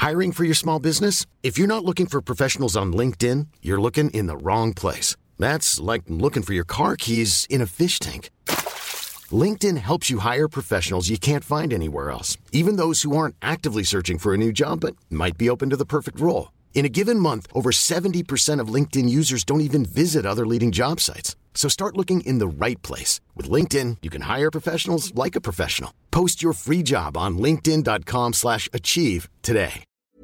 Hiring for your small business? If you're not looking for professionals on LinkedIn, you're looking in the wrong place. That's like looking for your car keys in a fish tank. LinkedIn helps you hire professionals you can't find anywhere else, even those who aren't actively searching for a new job but might be open to the perfect role. In a given month, over 70% of LinkedIn users don't even visit other leading job sites. So start looking in the right place. With LinkedIn, you can hire professionals like a professional. Post your free job on linkedin.com/achieve today.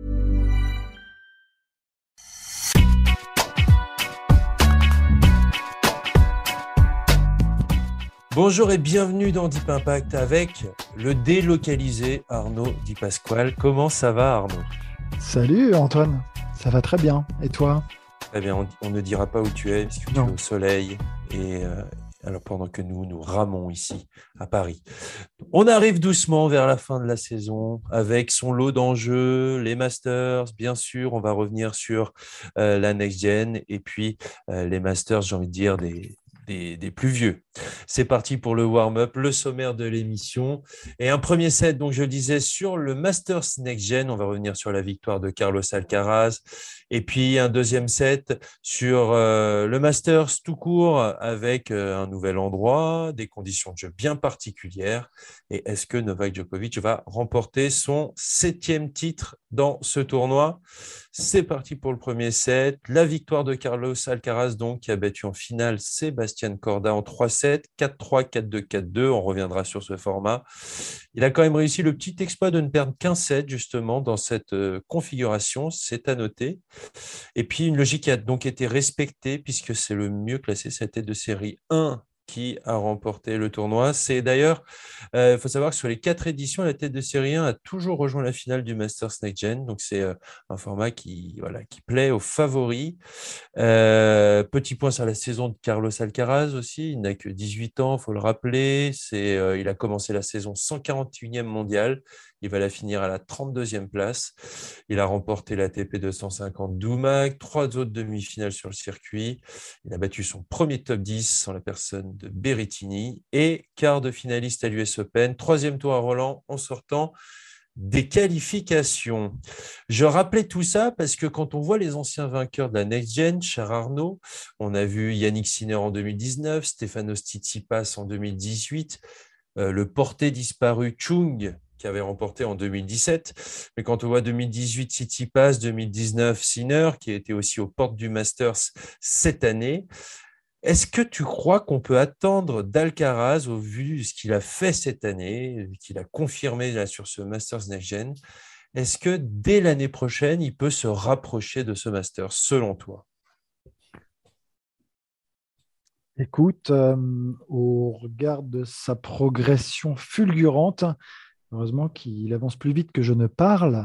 Bonjour et bienvenue dans Deep Impact avec le délocalisé Arnaud Di Pasquale. Comment ça va, Arnaud ? Salut Antoine, ça va très bien. Et toi ? Eh bien, on ne dira pas où tu es, parce que tu es au soleil. Et alors, pendant que nous ramons ici à Paris. On arrive doucement vers la fin de la saison avec son lot d'enjeux, les Masters, bien sûr. On va revenir sur la Next Gen et puis les Masters, j'ai envie de dire, des plus vieux. C'est parti pour le warm-up, le sommaire de l'émission. Et un premier set, donc je le disais, sur le Masters Next Gen. On va revenir sur la victoire de Carlos Alcaraz. Et puis un deuxième set sur le Masters tout court avec un nouvel endroit, des conditions de jeu bien particulières. Et est-ce que Novak Djokovic va remporter son 7e titre dans ce tournoi ? C'est parti pour le premier set. La victoire de Carlos Alcaraz, donc, qui a battu en finale Sébastien Corda en 3-7, 4-3, 4-2, 4-2. On reviendra sur ce format. Il a quand même réussi le petit exploit de ne perdre qu'un set, justement, dans cette configuration. C'est à noter. Et puis, une logique qui a donc été respectée, puisque c'est le mieux classé, cette tête de série 1 qui a remporté le tournoi. C'est d'ailleurs, il faut savoir que sur les 4 éditions, la tête de série 1 a toujours rejoint la finale du Masters Next Gen. Donc, c'est un format qui plaît aux favoris. Petit point sur la saison de Carlos Alcaraz aussi. Il n'a que 18 ans, il faut le rappeler. Il a commencé la saison 141e mondiale. Il va la finir à la 32e place. Il a remporté l'ATP 250 d'Oumac, 3 autres demi-finales sur le circuit. Il a battu son premier top 10 en la personne de Berrettini et quart de finaliste à l'US Open, 3e tour à Roland en sortant des qualifications. Je rappelais tout ça parce que quand on voit les anciens vainqueurs de la Next Gen, cher Arnaud, on a vu Yannick Sinner en 2019, Stefanos Tsitsipas en 2018, le porté disparu Chung qui avait remporté en 2017. Mais quand on voit 2018 Tsitsipas, 2019 Sinner, qui était aussi aux portes du Masters cette année, est-ce que tu crois qu'on peut attendre d'Alcaraz, au vu de ce qu'il a fait cette année, qu'il a confirmé là, sur ce Masters Next Gen, est-ce que dès l'année prochaine, il peut se rapprocher de ce Masters, selon toi ? Écoute, au regard de sa progression fulgurante, heureusement qu'il avance plus vite que je ne parle.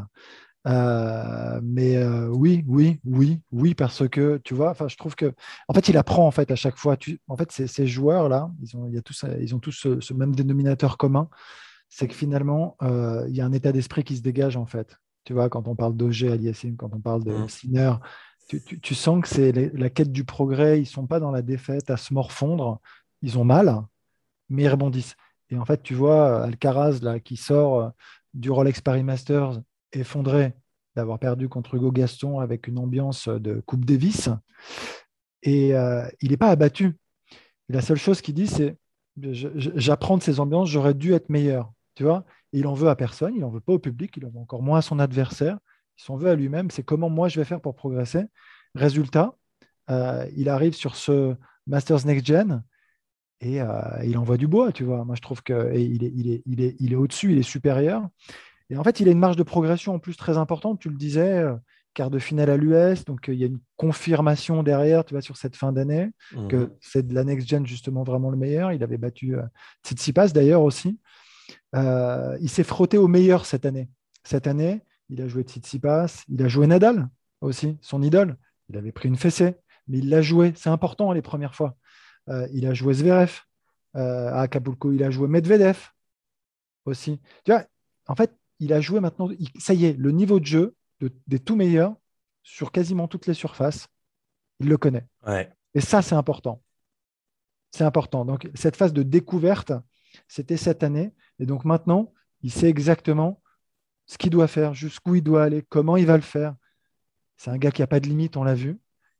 Oui, parce que tu vois, je trouve que, en fait, il apprend en fait à chaque fois. En fait, ces joueurs-là, ils ont tous ce même dénominateur commun, c'est que finalement, il y a un état d'esprit qui se dégage en fait. Tu vois, quand on parle d'Auger Aliassime, quand on parle de Sinner, tu sens que c'est la quête du progrès. Ils sont pas dans la défaite à se morfondre. Ils ont mal, mais ils rebondissent. Et en fait, tu vois, Alcaraz là, qui sort du Rolex Paris Masters effondré d'avoir perdu contre Hugo Gaston avec une ambiance de Coupe Davis. Et il n'est pas abattu. Et la seule chose qu'il dit, c'est j'apprends de ces ambiances, j'aurais dû être meilleur. Tu vois, et il en veut à personne, il n'en veut pas au public, il en veut encore moins à son adversaire. Il s'en veut à lui-même. C'est comment moi je vais faire pour progresser. Résultat, il arrive sur ce Masters Next Gen et il envoie du bois. Tu vois, moi je trouve qu'il est au-dessus, il est supérieur. Et en fait, il a une marge de progression en plus très importante. Tu le disais, quart de finale à l'US, donc il y a une confirmation derrière, tu vois, sur cette fin d'année, que c'est de la Next Gen justement vraiment le meilleur. Il avait battu Tsitsipas d'ailleurs aussi. Il s'est frotté au meilleur cette année. Cette année, il a joué Tsitsipas, il a joué Nadal aussi, son idole. Il avait pris une fessée, mais il l'a joué. C'est important les premières fois. Il a joué Zverev à Acapulco, il a joué Medvedev aussi. Tu vois, en fait, il a joué maintenant, ça y est, le niveau de jeu des tout meilleurs sur quasiment toutes les surfaces, il le connaît. Ouais. Et ça, c'est important. C'est important. Donc, cette phase de découverte, c'était cette année. Et donc maintenant, il sait exactement ce qu'il doit faire, jusqu'où il doit aller, comment il va le faire. C'est un gars qui n'a pas de limite, on l'a vu.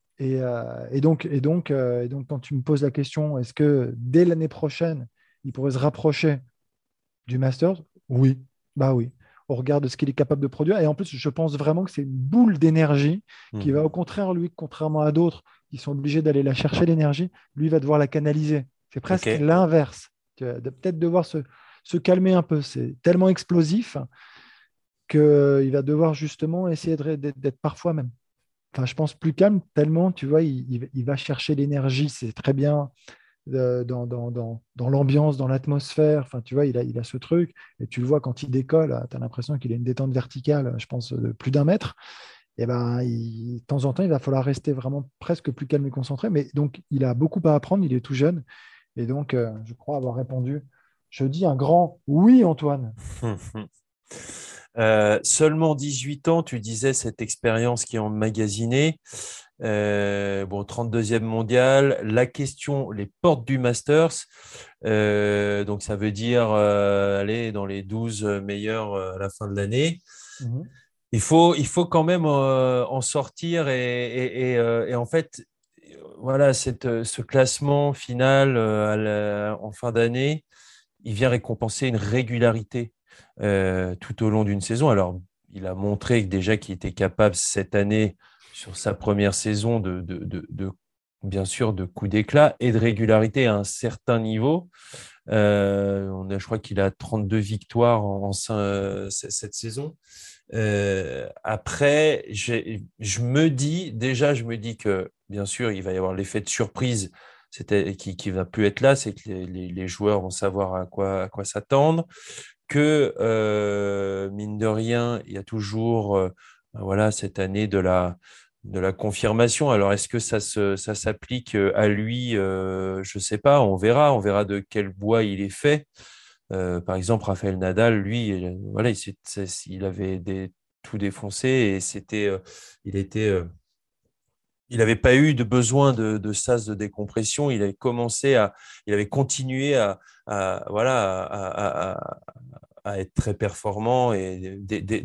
Et donc, quand tu me poses la question, est-ce que dès l'année prochaine, il pourrait se rapprocher du Masters? Oui, bah oui. Au regard de ce qu'il est capable de produire. Et en plus, je pense vraiment que c'est une boule d'énergie qui va, au contraire, lui, contrairement à d'autres qui sont obligés d'aller la chercher, l'énergie, lui va devoir la canaliser. C'est presque Ok. l'inverse. Tu vas peut-être devoir se calmer un peu. C'est tellement explosif qu'il va devoir justement essayer d'être parfois même. Enfin, je pense plus calme, tellement, tu vois, il va chercher l'énergie. C'est très bien dans l'ambiance, dans l'atmosphère. Enfin, tu vois, il a ce truc. Et tu le vois quand il décolle, tu as l'impression qu'il a une détente verticale, je pense, de plus d'un mètre. Et ben, de temps en temps, il va falloir rester vraiment presque plus calme et concentré. Mais donc, il a beaucoup à apprendre. Il est tout jeune. Et donc, je crois avoir répondu. Je dis un grand oui, Antoine. Seulement 18 ans, tu disais cette expérience qui est emmagasinée. Bon, 32e mondial. La question, les portes du Masters. Donc, ça veut dire aller dans les 12 meilleurs à la fin de l'année. Mhm. Il faut quand même en sortir et en fait, voilà, ce classement final en fin d'année, il vient récompenser une régularité tout au long d'une saison. Alors, il a montré que déjà qu'il était capable cette année, sur sa première saison, bien sûr, de coups d'éclat et de régularité à un certain niveau. Je crois qu'il a 32 victoires cette saison. Après, je me dis que, bien sûr, il va y avoir l'effet de surprise qui va plus être là, c'est que les joueurs vont savoir à quoi s'attendre, que, mine de rien, il y a toujours, voilà, cette année de la confirmation. Alors, est-ce que ça s'applique à lui? Je sais pas, on verra de quel bois il est fait. Par exemple, Rafael Nadal, lui, voilà, il avait tout défoncé et il n'avait pas eu de besoin de sas de décompression. Il avait continué voilà, à être très performant et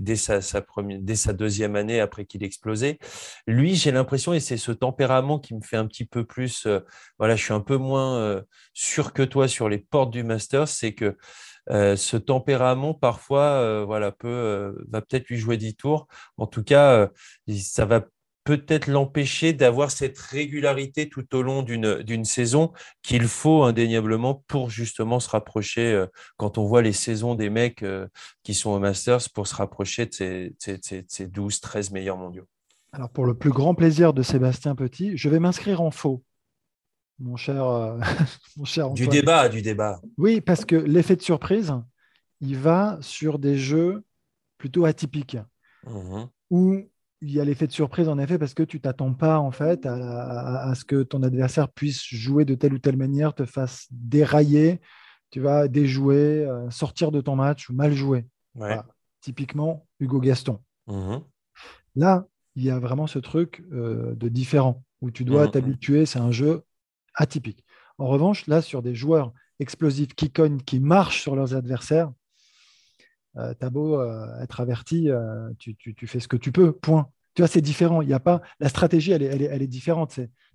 dès sa deuxième année après qu'il explosait. Lui, j'ai l'impression, et c'est ce tempérament qui me fait un petit peu plus, voilà, je suis un peu moins sûr que toi sur les portes du Masters, c'est que ce tempérament, parfois, voilà, va peut-être lui jouer 10 tours. En tout cas, ça va peut-être l'empêcher d'avoir cette régularité tout au long d'une saison qu'il faut indéniablement pour justement se rapprocher, quand on voit les saisons des mecs qui sont au Masters, pour se rapprocher de ces 12, 13 meilleurs mondiaux. Alors, pour le plus grand plaisir de Sébastien Petit, je vais m'inscrire en faux, mon cher, mon cher Du Antoine. débat, du débat. Oui, parce que l'effet de surprise, il va sur des jeux plutôt atypiques, Mhm. où il y a l'effet de surprise, en effet, parce que tu t'attends pas, en fait, à ce que ton adversaire puisse jouer de telle ou telle manière, te fasse dérailler, tu vas déjouer, sortir de ton match ou mal jouer. Ouais. Voilà. Typiquement, Hugo Gaston. Mhm. Là, il y a vraiment ce truc de différent, où tu dois Mhm. t'habituer, c'est un jeu atypique. En revanche, là, sur des joueurs explosifs qui cognent, qui marchent sur leurs adversaires, t'as beau être averti, tu fais ce que tu peux, point. Tu vois, c'est différent. Il y a pas... La stratégie, elle est différente.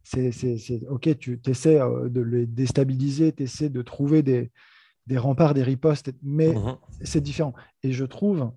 OK, tu essaies de les déstabiliser, tu essaies de trouver des remparts, des ripostes, mais Mhm. c'est différent. Et je trouve,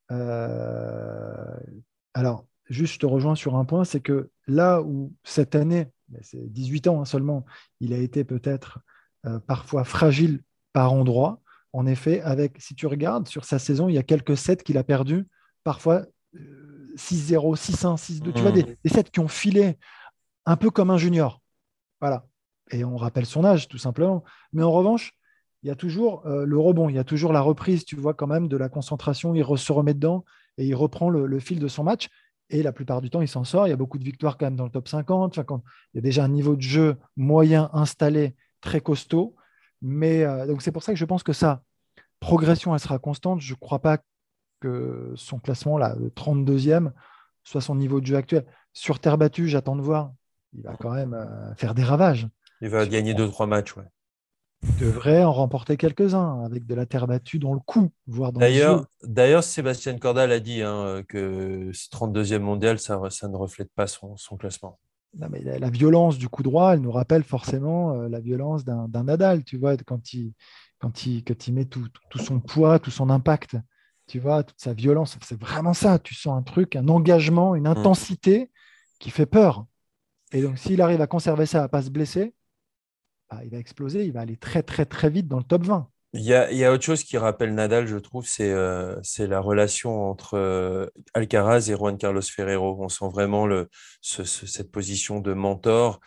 euh, alors, juste je te rejoins sur un point, c'est que là où cette année, mais c'est 18 ans seulement, il a été peut-être parfois fragile par endroits. En effet, si tu regardes sur sa saison, il y a quelques sets qu'il a perdus, parfois 6-0, 6-1, 6-2. Tu vois, Mhm. des sets qui ont filé un peu comme un junior. Voilà. Et on rappelle son âge, tout simplement. Mais en revanche, il y a toujours le rebond, il y a toujours la reprise, tu vois, quand même, de la concentration. Se remet dedans et il reprend le fil de son match. Et la plupart du temps, il s'en sort. Il y a beaucoup de victoires quand même dans le top 50. Enfin, il y a déjà un niveau de jeu moyen installé, très costaud. Mais donc, c'est pour ça que je pense que sa progression, elle sera constante. Je ne crois pas que son classement, là, le 32e, soit son niveau de jeu actuel. Sur terre battue, j'attends de voir. Il va quand même faire des ravages. Il va gagner deux, trois matchs, ouais. Il devrait en remporter quelques-uns avec de la terre battue dans le cou, voire dans les yeux. D'ailleurs, Sébastien Corda l'a dit que ce 32e mondial, ça ne reflète pas son classement. Non, mais la violence du coup droit, elle nous rappelle forcément la violence d'un Nadal, tu vois, quand il met tout son poids, tout son impact, tu vois, toute sa violence. C'est vraiment ça. Tu sens un truc, un engagement, une Mm. intensité qui fait peur. Et donc, s'il arrive à conserver ça, à ne pas se blesser, bah, il va exploser, il va aller très, très, très vite dans le top 20. Il y a autre chose qui rappelle Nadal, je trouve, c'est la relation entre Alcaraz et Juan Carlos Ferrero. On sent vraiment cette position de mentor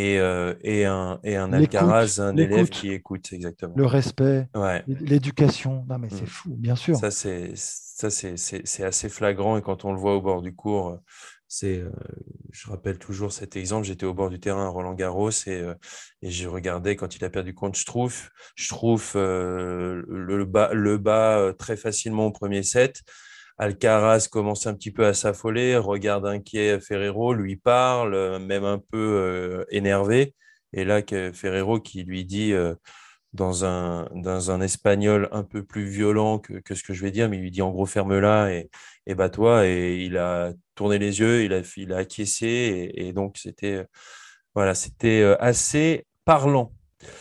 et un Alcaraz, un élève L'écoute, qui écoute, exactement. le respect, Ouais. l'éducation. Non, mais c'est Mm. fou, bien sûr. Ça, c'est assez flagrant et quand on le voit au bord du court, c'est, euh, je rappelle toujours cet exemple. J'étais au bord du terrain à Roland-Garros et je regardais quand il a perdu contre Struff. Struff le bat très facilement au premier set. Alcaraz commence un petit peu à s'affoler, regarde inquiet Ferrero, lui parle, même un peu énervé. Et là, Ferrero qui lui dit dans un espagnol un peu plus violent que ce que je vais dire, mais il lui dit en gros ferme-la et bats-toi. Et il a tourné les yeux, il a acquiescé. Et donc, voilà, c'était assez parlant.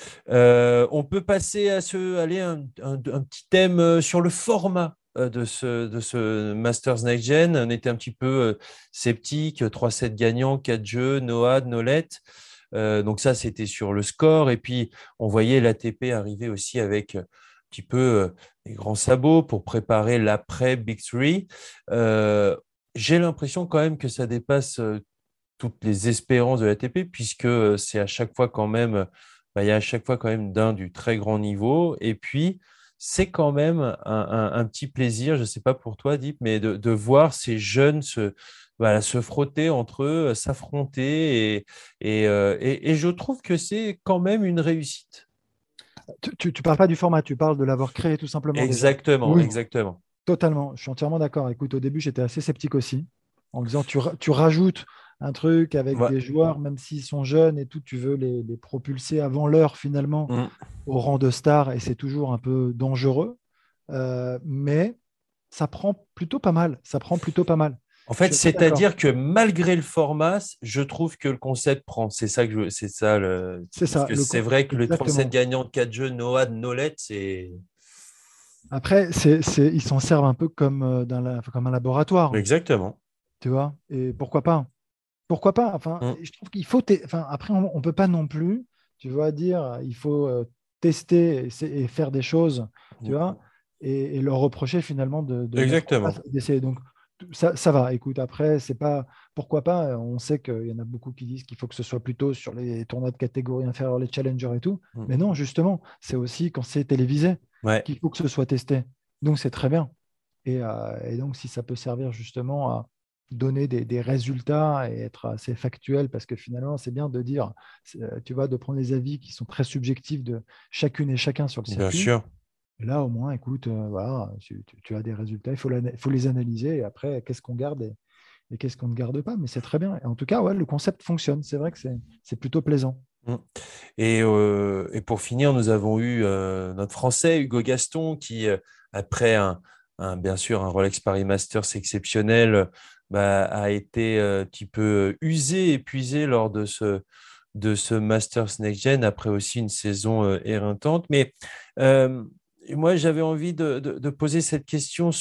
On peut passer allez, un petit thème sur le format de ce Masters Next Gen. On était un petit peu sceptique, 3-7 gagnants, 4 jeux, no ad, no let. Donc ça, c'était sur le score. Et puis, on voyait l'ATP arriver aussi avec un petit peu les grands sabots pour préparer l'après Big Three. Euh, j'ai l'impression quand même que ça dépasse toutes les espérances de l'ATP, puisque c'est à chaque fois quand même, bah, il y a à chaque fois quand même d'un du très grand niveau. Et puis, c'est quand même un petit plaisir, je ne sais pas pour toi, Deep, mais de voir ces jeunes voilà, se frotter entre eux, s'affronter. Et je trouve que c'est quand même une réussite. Tu parles pas du format, tu parles de l'avoir créé tout simplement déjà. Exactement, Oui, exactement. totalement. Je suis entièrement d'accord. Écoute, au début, j'étais assez sceptique aussi, en disant tu rajoutes un truc avec Ouais. des joueurs, même s'ils sont jeunes et tout, tu veux les propulser avant l'heure finalement Mm. au rang de star et c'est toujours un peu dangereux. Mais ça prend plutôt pas mal. Ça prend plutôt pas mal. En Je fait, suis assez d'accord. c'est-à-dire que malgré le format, je trouve que le concept prend. C'est ça c'est ça C'est parce ça, que c'est vrai que le 3-7 exactement. gagnant de 4 jeux, no ad, no let, c'est Après, ils s'en servent un peu comme, comme un laboratoire, exactement. tu vois. Et pourquoi pas? Pourquoi pas? Enfin, Mm. je trouve qu'il faut. Enfin, après, on ne peut pas non plus, tu vois, dire il faut tester et faire des choses, tu vois, et leur reprocher finalement de mettre en place Exactement. et d'essayer. Donc, ça va. Écoute, après, c'est pas. Pourquoi pas? On sait qu'il y en a beaucoup qui disent qu'il faut que ce soit plutôt sur les tournois de catégorie inférieure, les challengers et tout. Mm. Mais non, justement, c'est aussi quand c'est télévisé Ouais. qu'il faut que ce soit testé. Donc, c'est très bien. Et donc, si ça peut servir justement à donner des résultats et être assez factuel, parce que finalement, c'est bien de dire, tu vois, de prendre les avis qui sont très subjectifs de chacune et chacun sur le Bien circuit. sûr. Et là, au moins, écoute, voilà, tu as des résultats, il faut les analyser. Et après, qu'est-ce qu'on garde et qu'est-ce qu'on ne garde pas. Mais c'est très bien. Et en tout cas, ouais, le concept fonctionne. C'est vrai que c'est plutôt plaisant. Mm. Et pour finir, nous avons eu notre Français, Hugo Gaston, qui, après bien sûr un Rolex Paris Masters exceptionnel, bah, a été un petit peu usé, épuisé lors de ce Masters Next Gen, après aussi une saison éreintante. Mais euh, moi, j'avais envie de poser cette question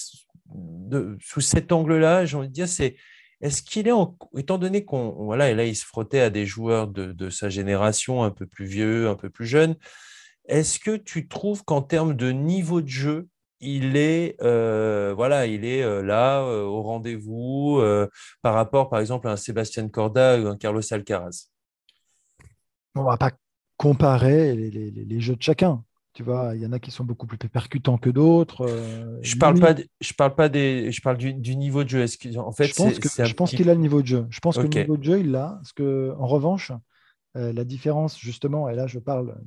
sous cet angle-là. J'ai envie de dire, est-ce qu'il est, étant donné voilà, et là, il se frottait à des joueurs de sa génération, un peu plus vieux, un peu plus jeunes, est-ce que tu trouves qu'en termes de niveau de jeu, voilà, il est là, au rendez-vous, par rapport, par exemple, à un Sébastien Corda ou un Carlos Alcaraz? On ne va pas comparer les jeux de chacun. Tu vois, il y en a qui sont beaucoup plus percutants que d'autres. Je parle pas, Limite, je parle du niveau de jeu. En fait, je pense c'est un je pense petit. qu'il a le niveau de jeu. Je pense que le Ok. niveau de jeu, il l'a. Parce que, en revanche, la différence, justement, et là, je parle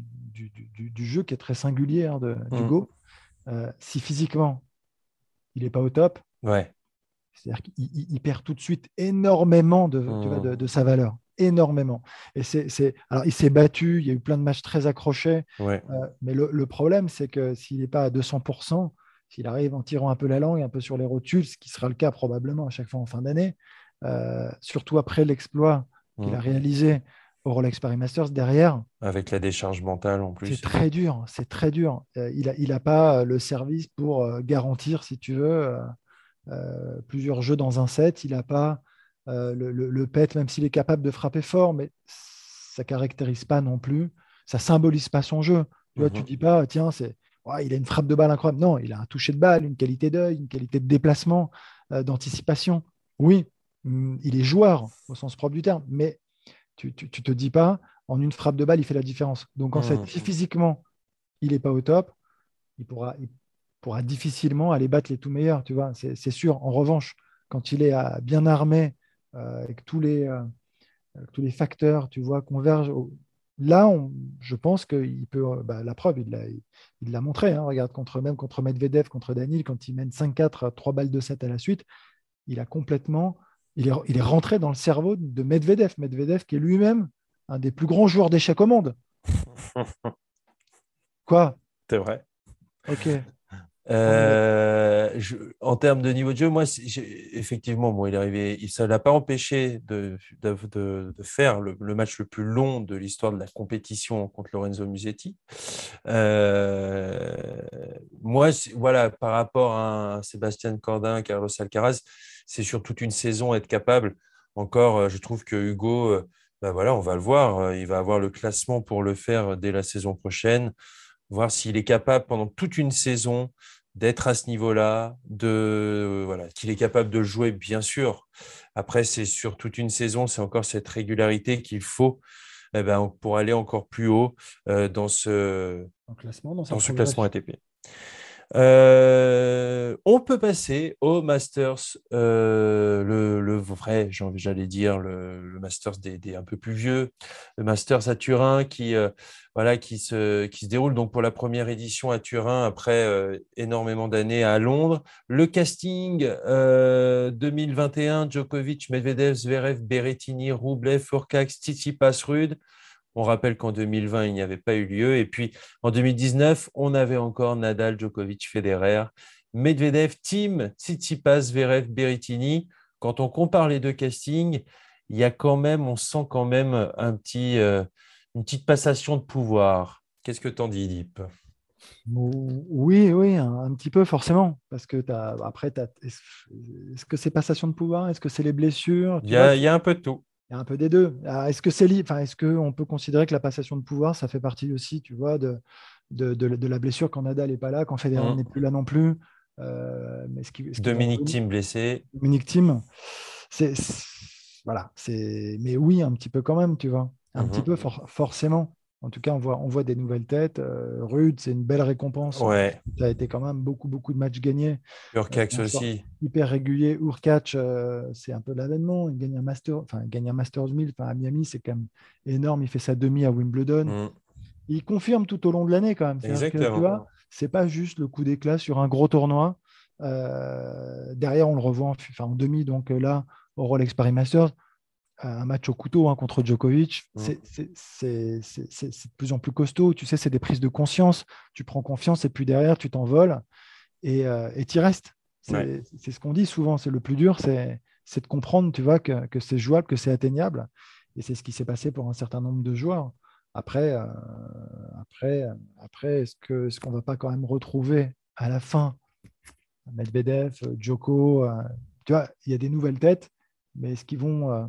du jeu qui est très singulier Mm. d'Hugo. Si physiquement, il n'est pas au top, Ouais. c'est-à-dire qu'il perd tout de suite énormément de, tu vois, Mm. de sa valeur. énormément. Et alors, il s'est battu, il y a eu plein de matchs très accrochés, Ouais. mais le problème, c'est que s'il n'est pas à 200%, s'il arrive en tirant un peu la langue, un peu sur les rotules, ce qui sera le cas probablement à chaque fois en fin d'année, surtout après l'exploit qu'il a réalisé au Rolex Paris Masters, derrière, Avec la décharge mentale en c'est plus. très dur, c'est très dur. Il a pas le service pour garantir, si tu veux, plusieurs jeux dans un set. Il n'a pas le pet, même s'il est capable de frapper fort, mais ça ne caractérise pas non plus, ça ne symbolise pas son jeu. Tu vois, tu dis pas, tiens, ouais, il a une frappe de balle incroyable. Non, il a un toucher de balle, une qualité d'œil, une qualité de déplacement, d'anticipation. Oui, il est joueur au sens propre du terme, mais tu ne te dis pas, en une frappe de balle, il fait la différence. Donc, en fait, si physiquement, il n'est pas au top, il pourra difficilement aller battre les tout meilleurs, tu vois, c'est sûr. En revanche, quand il est bien armé, et que tous les facteurs, tu vois, convergent, là, je pense qu'il peut, la preuve, il l'a montré, hein, regarde, même contre Medvedev, contre Danil, quand il mène 5-4, 3 balles de 7 à la suite, il a complètement, il est rentré dans le cerveau de Medvedev. Medvedev qui est lui-même un des plus grands joueurs d'échecs au monde. Quoi? C'est vrai. Ok. En termes de niveau de jeu, moi, effectivement, bon, il est arrivé, ça ne l'a pas empêché de faire le match le plus long de l'histoire de la compétition contre Lorenzo Musetti. Moi, voilà, par rapport à Sébastien Cordin, Carlos Alcaraz, c'est sur toute une saison être capable. Encore, je trouve que Hugo, voilà, on va le voir, il va avoir le classement pour le faire dès la saison prochaine, voir s'il est capable pendant toute une saison d'être à ce niveau-là, voilà, qu'il est capable de le jouer, bien sûr. Après, c'est sur toute une saison, c'est encore cette régularité qu'il faut pour aller encore plus haut dans ce classement ATP. On peut passer au Masters, le vrai, j'allais dire, le Masters des un peu plus vieux, le Masters à Turin qui se déroule donc pour la première édition à Turin après énormément d'années à Londres. Le casting 2021, Djokovic, Medvedev, Zverev, Berrettini, Rublev, Hurkacz, Tsitsipas, Ruud. On rappelle qu'en 2020, il n'y avait pas eu lieu. Et puis, en 2019, on avait encore Nadal, Djokovic, Federer, Medvedev, Thiem, Tsitsipas, Zverev, Berrettini. Quand on compare les deux castings, on sent quand même une petite passation de pouvoir. Qu'est-ce que t'en dis, Deep? Oui, oui, un petit peu forcément. Parce que est-ce que c'est passation de pouvoir? Est-ce que c'est les blessures? Il y a un peu de tout. Il y a un peu des deux. Est-ce qu'on peut considérer que la passation de pouvoir, ça fait partie aussi, tu vois, de la blessure quand Nadal n'est pas là, quand Federer n'est plus là non plus? Dominic Thiem blessé. Dominic Thiem, voilà. Mais oui, un petit peu quand même, tu vois. Un petit peu forcément. En tout cas, on voit des nouvelles têtes. Ruud, c'est une belle récompense. Ouais. Ça a été quand même beaucoup, beaucoup de matchs gagnés. Hurkacz aussi. Hyper régulier. Hurkacz, c'est un peu l'avènement. Il gagne un Masters 1000 à Miami, c'est quand même énorme. Il fait sa demi à Wimbledon. Il confirme tout au long de l'année quand même. Exactement. Que, tu vois, c'est pas juste le coup d'éclat sur un gros tournoi. Derrière, on le revoit en demi, donc là, au Rolex Paris Masters. Un match au couteau contre Djokovic, c'est de plus en plus costaud. Tu sais, c'est des prises de conscience. Tu prends confiance et puis derrière, tu t'envoles et tu y restes. C'est ce qu'on dit souvent. C'est le plus dur, c'est de comprendre, tu vois, que c'est jouable, que c'est atteignable. Et c'est ce qui s'est passé pour un certain nombre de joueurs. Après, est-ce qu'on ne va pas quand même retrouver à la fin Medvedev, Djoko, tu vois, il y a des nouvelles têtes, mais est-ce qu'ils vont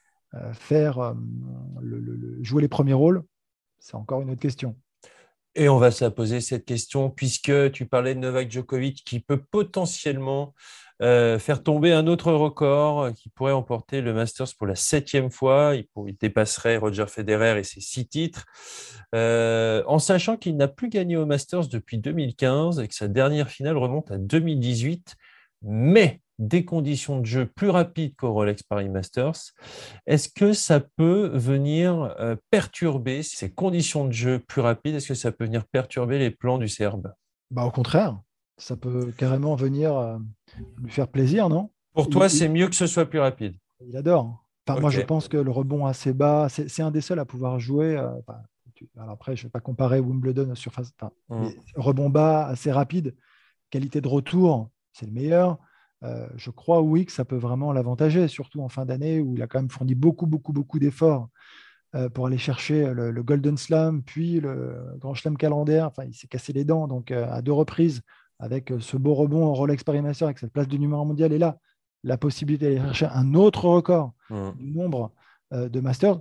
jouer les premiers rôles? C'est encore une autre question. Et on va se poser cette question puisque tu parlais de Novak Djokovic qui peut potentiellement faire tomber un autre record, qui pourrait emporter le Masters pour la 7e fois. Il dépasserait Roger Federer et ses 6 titres, en sachant qu'il n'a plus gagné au Masters depuis 2015 et que sa dernière finale remonte à 2018. Mais des conditions de jeu plus rapides qu'au Rolex Paris Masters. Est-ce que ça peut venir perturber ces conditions de jeu plus rapides? Est-ce que ça peut venir perturber les plans du Serbe? Au contraire, ça peut carrément venir lui faire plaisir, non? Pour toi, c'est mieux que ce soit plus rapide? Il adore. Enfin, moi, je Ok. pense que le rebond assez bas, c'est un des seuls à pouvoir jouer. Alors après, je ne vais pas comparer Wimbledon aux surface, Mm. mais rebond bas, assez rapide, qualité de retour, c'est le meilleur. Je crois, oui, que ça peut vraiment l'avantager, surtout en fin d'année où il a quand même fourni beaucoup, beaucoup, beaucoup d'efforts pour aller chercher le Golden Slam, puis le Grand Slam calendaire. Enfin, il s'est cassé les dents, donc à 2 reprises, avec ce beau rebond en Rolex Paris Master, avec cette place de numéro 1 mondial. Et là, la possibilité d'aller chercher un autre record Mm. du nombre de Masters,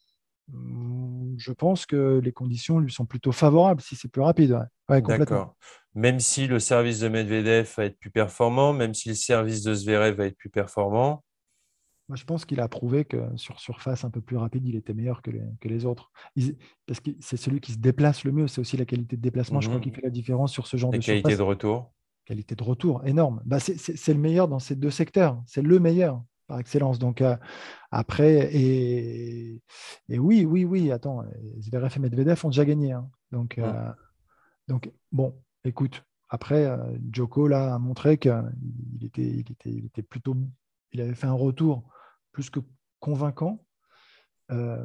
je pense que les conditions lui sont plutôt favorables si c'est plus rapide. Ouais, ouais, complètement. D'accord. Même si le service de Medvedev va être plus performant, même si le service de Zverev va être plus performant. Moi, je pense qu'il a prouvé que sur surface un peu plus rapide, il était meilleur que les autres. Parce que c'est celui qui se déplace le mieux. C'est aussi la qualité de déplacement, je crois, qui Mhm. fait la différence sur ce genre Et de qualité surface. de retour. Qualité de retour énorme. Bah, c'est le meilleur dans ces 2 secteurs. C'est le meilleur par excellence. Donc après, et oui, oui, oui, attends, Zverev et Medvedev ont déjà gagné, hein. Mm. Donc bon, écoute, après, Djoko là, a montré qu'il il était plutôt. Il avait fait un retour plus que convaincant. Euh,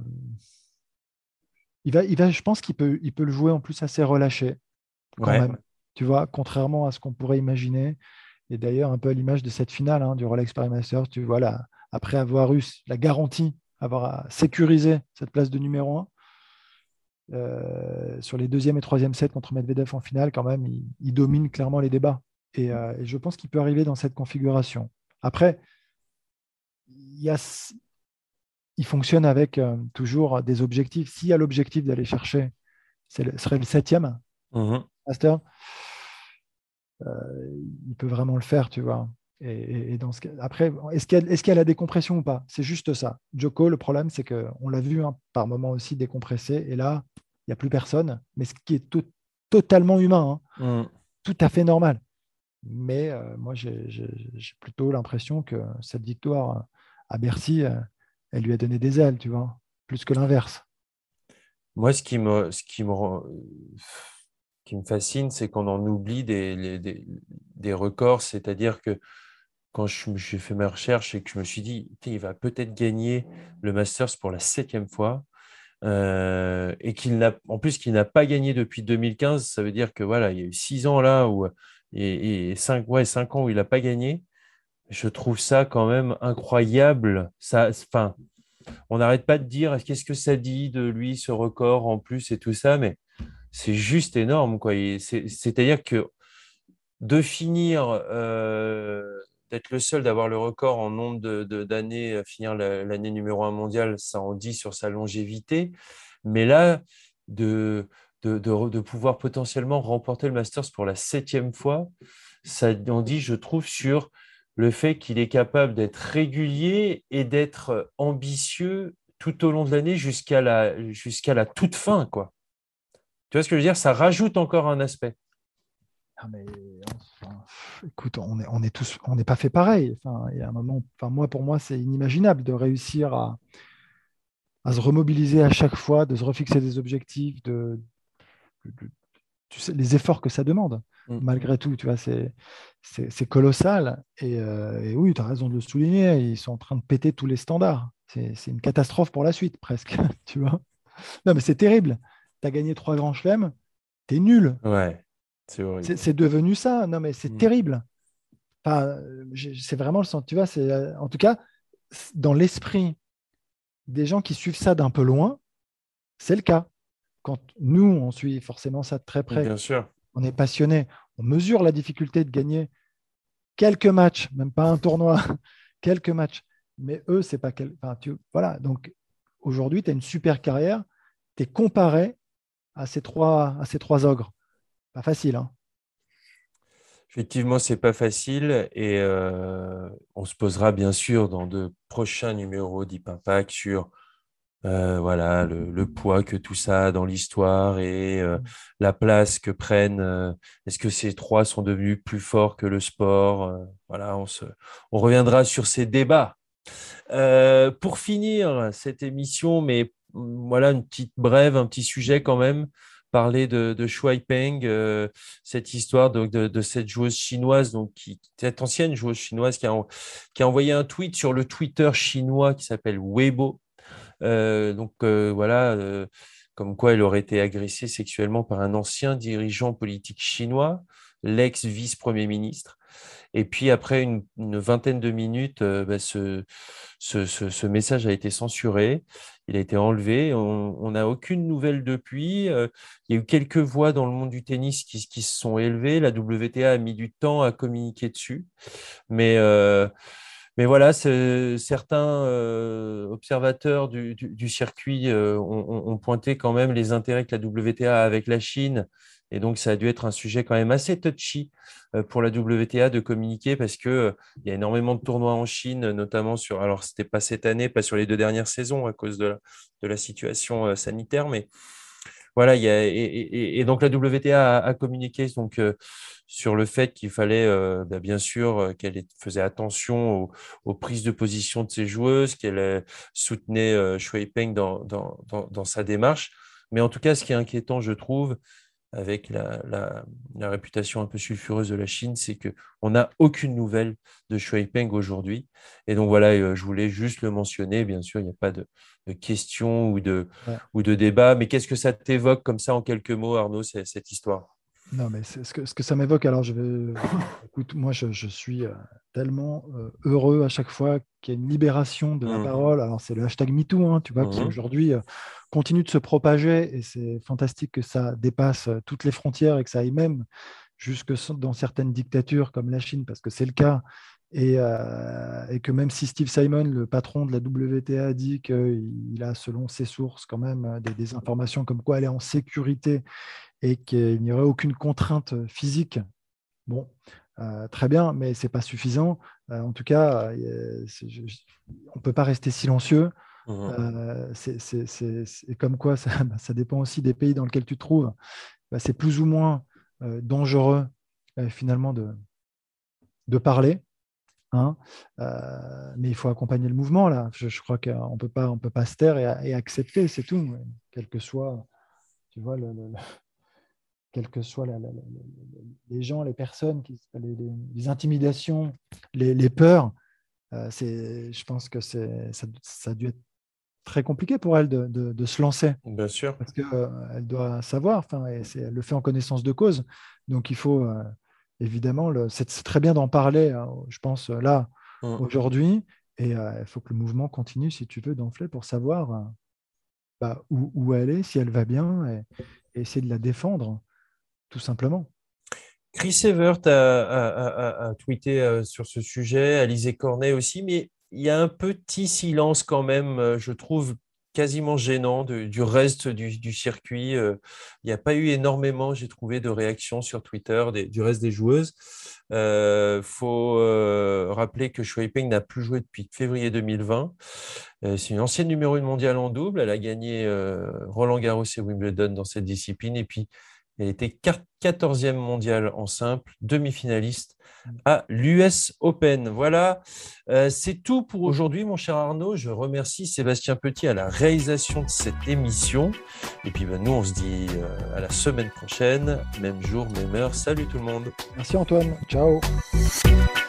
je pense il peut le jouer en plus assez relâché, quand Ouais. même. Tu vois, contrairement à ce qu'on pourrait imaginer. Et d'ailleurs, un peu à l'image de cette finale du Rolex Paris Masters, tu vois, là, après avoir eu la garantie, avoir sécurisé cette place de numéro 1, sur les deuxième et troisième sets contre Medvedev en finale, quand même, il domine clairement les débats. Et je pense qu'il peut arriver dans cette configuration. Après, il y a, il fonctionne avec toujours des objectifs. S'il y a l'objectif d'aller chercher, serait le septième Mhm. master, il peut vraiment le faire, tu vois. Et dans après, est-ce qu'il y a la décompression ou pas? C'est juste ça. Djoko, le problème, c'est qu'on l'a vu par moment aussi décompressé, et là, il n'y a plus personne, mais ce qui est totalement humain, hein, Mm. tout à fait normal. Mais moi, j'ai plutôt l'impression que cette victoire à Bercy, elle lui a donné des ailes, tu vois, plus que l'inverse. Moi, qui me fascine, c'est qu'on en oublie des records. C'est-à-dire que quand j'ai fait mes recherches et que je me suis dit, Tain, il va peut-être gagner le Masters pour la 7e fois, et en plus qu'il n'a pas gagné depuis 2015, ça veut dire que voilà, il y a eu 6 ans là et 5 ans où il n'a pas gagné. Je trouve ça quand même incroyable. Ça, enfin, on n'arrête pas de dire qu'est-ce que ça dit de lui, ce record en plus et tout ça, mais c'est juste énorme, quoi. C'est-à-dire que de finir, d'être le seul d'avoir le record en nombre d'années, à finir l'année numéro 1 mondiale, ça en dit sur sa longévité. Mais là, de, de pouvoir potentiellement remporter le Masters pour la 7e fois, ça en dit, je trouve, sur le fait qu'il est capable d'être régulier et d'être ambitieux tout au long de l'année jusqu'à la toute fin, quoi. Tu vois ce que je veux dire? Ça rajoute encore un aspect. Ah, mais enfin, écoute, on est tous, on n'est pas fait pareil. Enfin, il y a un moment, enfin, moi, pour moi, c'est inimaginable de réussir à se remobiliser à chaque fois, de se refixer des objectifs, tu sais, les efforts que ça demande, Mm. malgré tout, tu vois, c'est colossal. Et oui, tu as raison de le souligner, ils sont en train de péter tous les standards. C'est une catastrophe pour la suite, presque, tu vois. Non, mais c'est terrible. Tu as gagné 3 grands chelems, tu es nul. Ouais, c'est horrible. C'est devenu ça. Non, mais c'est Mm. terrible. Enfin, c'est vraiment le sens, tu vois, en tout cas, dans l'esprit des gens qui suivent ça d'un peu loin, c'est le cas. Quand nous, on suit forcément ça de très près, Bien sûr. on est passionné, on mesure la difficulté de gagner quelques matchs, même pas un tournoi, quelques matchs. Mais eux, c'est pas enfin, voilà. Donc aujourd'hui, tu as une super carrière, tu es comparé à ces trois ogres. Pas facile, hein. Effectivement, c'est pas facile et on se posera bien sûr dans de prochains numéros Deep Impact sur voilà, le poids que tout ça a dans l'histoire et la place que prennent. Est-ce que ces trois sont devenus plus forts que le sport? Voilà, on reviendra sur ces débats. Pour finir cette émission, mais voilà une petite brève, un petit sujet quand même, parler de Shuai Peng, cette histoire de cette joueuse chinoise, donc cette ancienne joueuse chinoise qui a envoyé un tweet sur le Twitter chinois qui s'appelle Weibo. Voilà, comme quoi elle aurait été agressée sexuellement par un ancien dirigeant politique chinois, l'ex-vice-premier ministre. Et puis après une vingtaine de minutes, ce message a été censuré, il a été enlevé, on n'a aucune nouvelle depuis. Il y a eu quelques voix dans le monde du tennis qui se sont élevées, la WTA a mis du temps à communiquer dessus, mais voilà, certains observateurs du circuit ont pointé quand même les intérêts que la WTA a avec la Chine. Et donc, ça a dû être un sujet quand même assez touchy pour la WTA de communiquer parce qu'il y a énormément de tournois en Chine, notamment sur… Alors, ce n'était pas cette année, pas sur les 2 dernières saisons à cause de la situation sanitaire, mais voilà, et donc la WTA a communiqué donc, sur le fait qu'il fallait bien sûr qu'elle faisait attention aux prises de position de ses joueuses, qu'elle soutenait Shuai Peng dans sa démarche. Mais en tout cas, ce qui est inquiétant, je trouve, avec la réputation un peu sulfureuse de la Chine, c'est qu'on n'a aucune nouvelle de Shuai Peng aujourd'hui. Et donc voilà, je voulais juste le mentionner. Bien sûr, il n'y a pas de questions ou de débat. Mais qu'est-ce que ça t'évoque comme ça en quelques mots, Arnaud, cette histoire ? Non, mais ce que ça m'évoque, alors écoute, moi je suis tellement heureux à chaque fois qu'il y a une libération de la parole. Alors c'est le hashtag MeToo, hein, tu vois, qui aujourd'hui continue de se propager et c'est fantastique que ça dépasse toutes les frontières et que ça aille même jusque dans certaines dictatures comme la Chine, parce que c'est le cas. Et que même si Steve Simon, le patron de la WTA, a dit qu'il a, selon ses sources, quand même des informations comme quoi elle est en sécurité et qu'il n'y aurait aucune contrainte physique. Bon, très bien, mais ce n'est pas suffisant. En tout cas, on ne peut pas rester silencieux. C'est comme quoi, ça dépend aussi des pays dans lesquels tu te trouves. C'est plus ou moins dangereux, finalement, de parler. Hein, mais il faut accompagner le mouvement. Là. Je crois qu'on peut pas se taire et accepter, c'est tout. Quel que soit, tu vois, quels que soient les gens, les personnes, les intimidations, les peurs, je pense que ça a dû être très compliqué pour elle de se lancer. Bien sûr. Parce qu'elle doit savoir, elle le fait en connaissance de cause. Donc il faut évidemment, c'est très bien d'en parler, je pense, là, aujourd'hui. Et il faut que le mouvement continue, si tu veux, d'enfler pour savoir où elle est, si elle va bien, et essayer de la défendre. Tout simplement. Chris Evert a tweeté sur ce sujet, Alizé Cornet aussi, mais il y a un petit silence quand même, je trouve quasiment gênant du reste du circuit. Il n'y a pas eu énormément, j'ai trouvé, de réactions sur Twitter du reste des joueuses. Faut rappeler que Shuai Peng n'a plus joué depuis février 2020. C'est une ancienne numéro 1 mondiale en double. Elle a gagné Roland Garros et Wimbledon dans cette discipline. Et puis, elle était 14e mondiale en simple, demi-finaliste à l'US Open. Voilà, c'est tout pour aujourd'hui, mon cher Arnaud. Je remercie Sébastien Petit à la réalisation de cette émission. Et puis, nous, on se dit à la semaine prochaine, même jour, même heure. Salut tout le monde. Merci Antoine. Ciao.